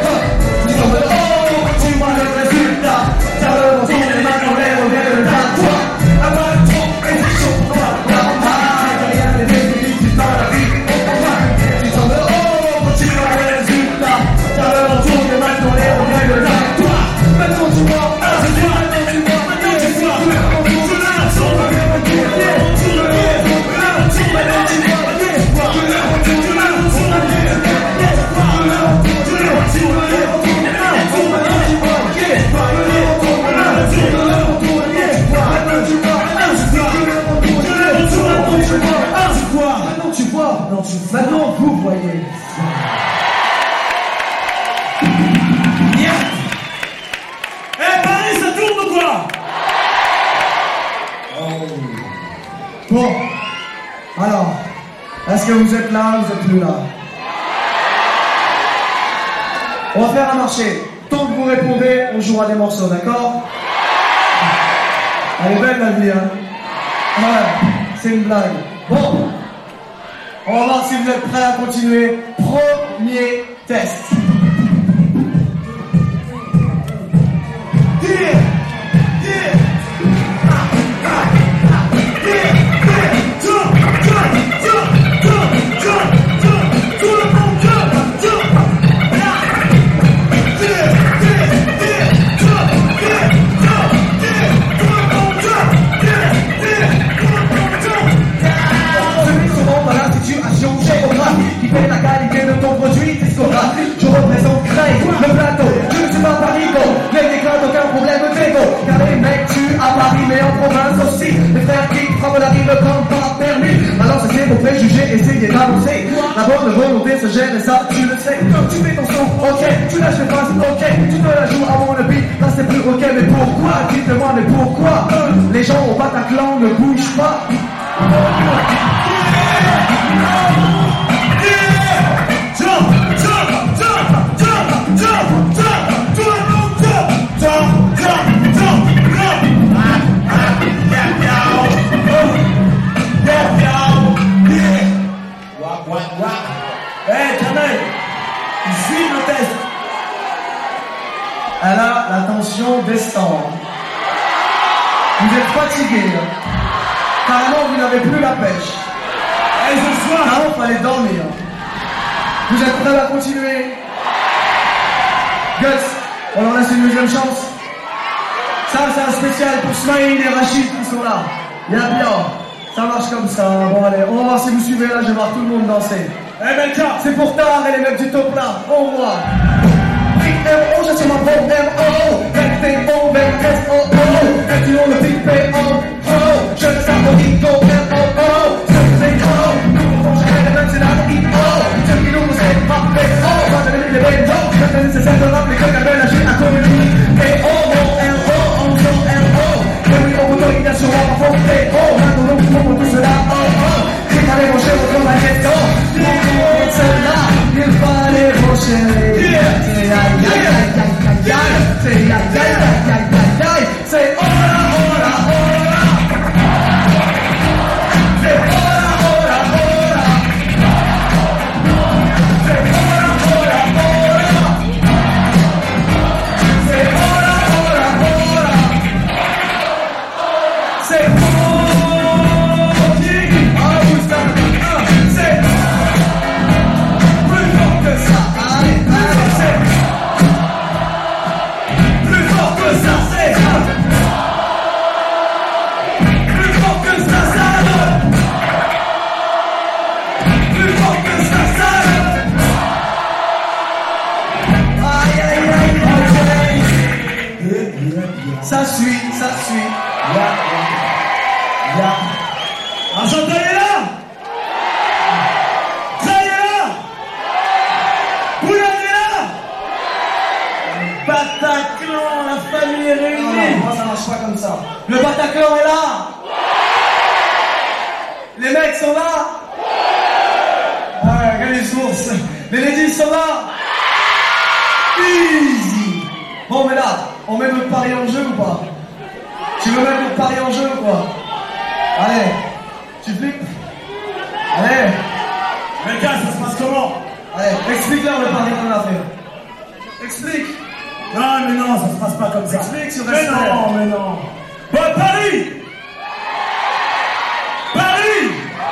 Tu tombes de haut quand tu vois le résultat. Car le retour des mains dans les regrets de toi. Ah bah le fond, et c'est chaud pour toi. Ah, derrière les définitifs dans la vie. Tu tombes de haut quand tu vois le résultat. Car le retour des mains dans les regrets de toi. Maintenant tu vois, maintenant tu vois, maintenant tu vois, maintenant tu vois. Je la sens, je la sens, je la sens, je la sons, maintenant tu vois. Je la sens, je la sons, je la sons, maintenant tu vois, maintenant vous voyez. Eh, Paris, ça tourne ou quoi? Bon, alors, est-ce que vous êtes là ou vous êtes plus là? On va faire un marché. Tant que vous répondez, on jouera des morceaux, d'accord? Elle est belle la vie, hein. Ouais, c'est une blague. Bon, on va voir si vous êtes prêts à continuer. Premier test. Yeah, yeah. Qui fait la qualité de ton produit discographique. Je représente Craig, le plateau. Je ne suis pas Parigo, les déclats aucun problème d'ego. Car les mecs tuent à Paris mais en province aussi. Les frères qui frappent la rime comme pas permis. Alors c'est vos préjugés, essayez d'avancer. La bonne volonté se gère et ça tu le sais. Tu fais ton son, ok, tu lâches les phrases, ok. Tu te la joues à mon beat, là c'est plus ok. Mais pourquoi, dites-moi mais pourquoi les gens au Bataclan ne bougent pas? Hey, Kamel, ici le test. Elle a la tension descend. Vous êtes fatigué. Carrément, vous n'avez plus la pêche. Hey, ce soir, Carrément, il fallait dormir. Vous êtes prêts à continuer? Guts, on leur laisse une deuxième chance. Ça, c'est un spécial pour Smaïl et Rachid qui sont là. Bien, bien. Ça marche comme ça. Bon, allez, on va voir si vous suivez là. Je vais voir tout le monde danser. hey, Belka, C'est pour tard et les mecs du top là. On voit. Big M O, j'ai sur ma bombe M O. Red T O, Ben S O O. Et tu as le Big P O O. Je le sens au Rico M O O. C'est O. Nous, on gère les mêmes, c'est la I O. Ceux qui nous c'est pas P O. Moi, j'ai les bendo. Je te dis, c'est ça de rappeler que la belle agit à communiquer. P O, mon R O, on son R O. Et oui, on vous il y a sur la forme P O. Maintenant, nous, on tout cela O O. Il fallait manger votre magnéto. Pour tout cela, il fallait manger. C'est aïe aïe aïe aïe aïe aïe. C'est aïe aïe aïe aïe aïe. C'est oh là oh là oh là. C'est oh là oh là oh là. C'est oh là oh là oh là. C'est oh là oh là oh là. C'est oh. Ça suit, ça suit. Ya, ya, ya. Enchanté, est là. Ça y est là. Vous l'avez là. Bataclan, la famille est réunie. Non, non, moi ça marche pas comme ça. Le Bataclan est là. Les mecs sont là. Ouais, regarde les ours. Les ladies sont là. Easy. Bon, mais là, on met notre pari en jeu ou pas? Tu veux mettre notre pari en jeu ou quoi? Allez, tu flippes? Allez. Mais gars, ça se passe comment? Allez, explique-leur le pari qu'on a fait. Explique. Non, mais non, ça se passe pas comme ça. Explique sur Mais reste. non, mais non. Bon, Paris. Paris.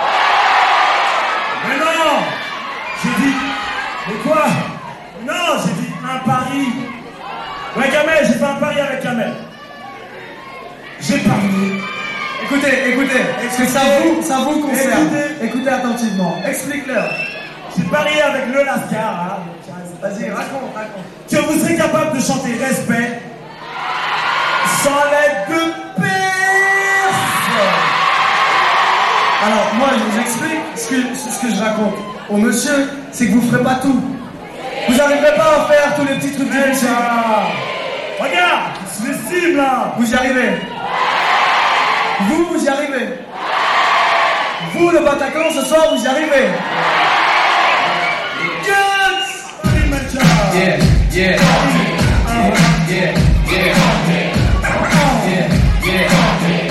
Mais non. J'ai dit. Mais quoi? Non, j'ai dit un pari. Ouais, Kamel, j'ai fait un pari avec Kamel. J'ai parié. Écoutez, écoutez, est-ce que ça vous, ça vous concerne? Écoutez. Écoutez attentivement. Explique-leur. J'ai parié avec le Lascar. Hein. Vas-y, raconte, raconte. Que vous serez capable de chanter Respect sans l'aide de personne. Alors, moi, je vous explique ce que, ce que je raconte au monsieur, c'est que vous ferez pas tout. Vous n'arriverez pas à faire tous les petits trucs difficiles. Regarde, c'est les cibles là. Vous y arrivez. Vous, vous y arrivez. Vous, le Bataclan, ce soir, vous y arrivez. Guts! Yeah, yeah, yeah, yeah, yeah, yeah, yeah.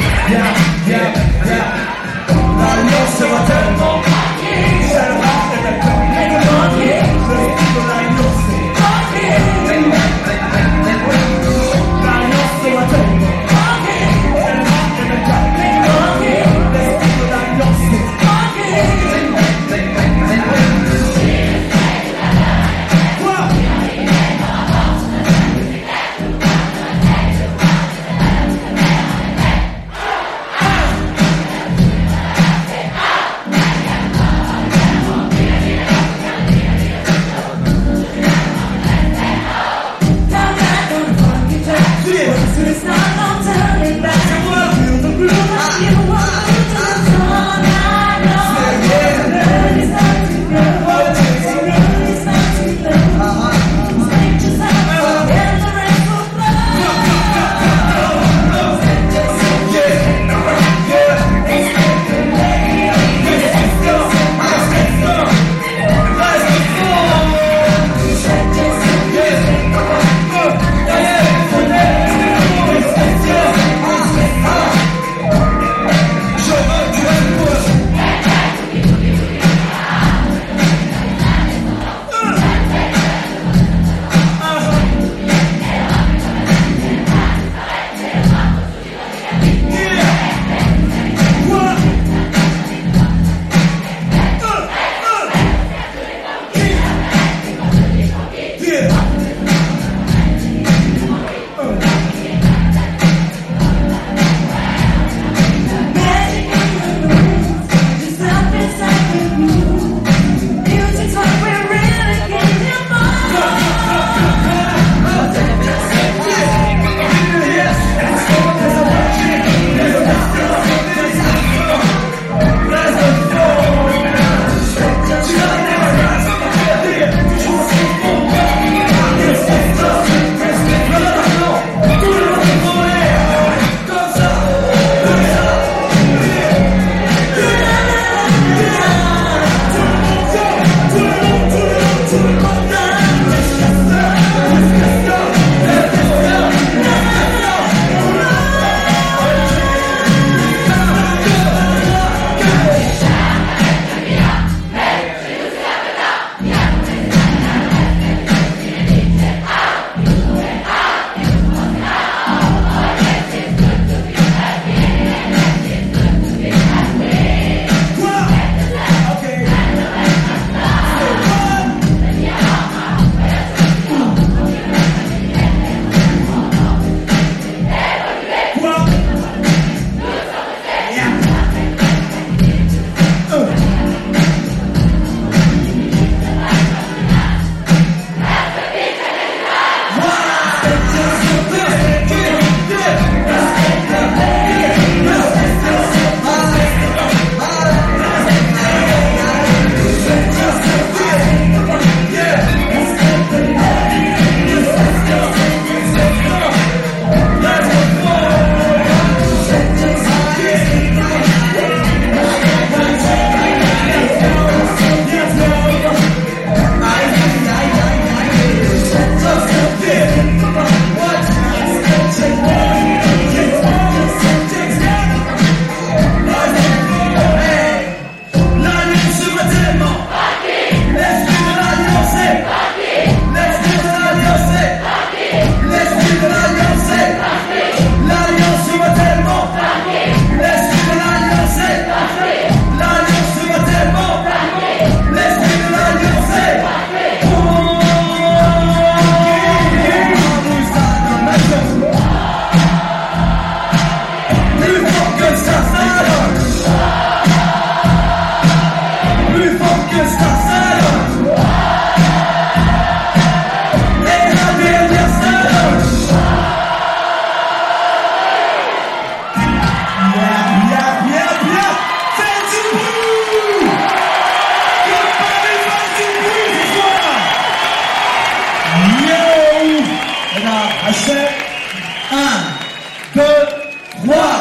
Achète. Un, deux, trois.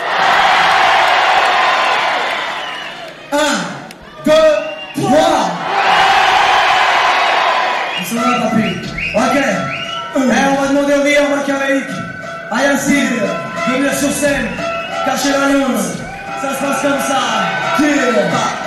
Un, deux, trois. Ils sont là, papy. Ok. Eh, on va demander au meilleur machiavélique, à Yacine, de venir sur scène, cacher l'alliance. Ça se passe comme ça. Yeah.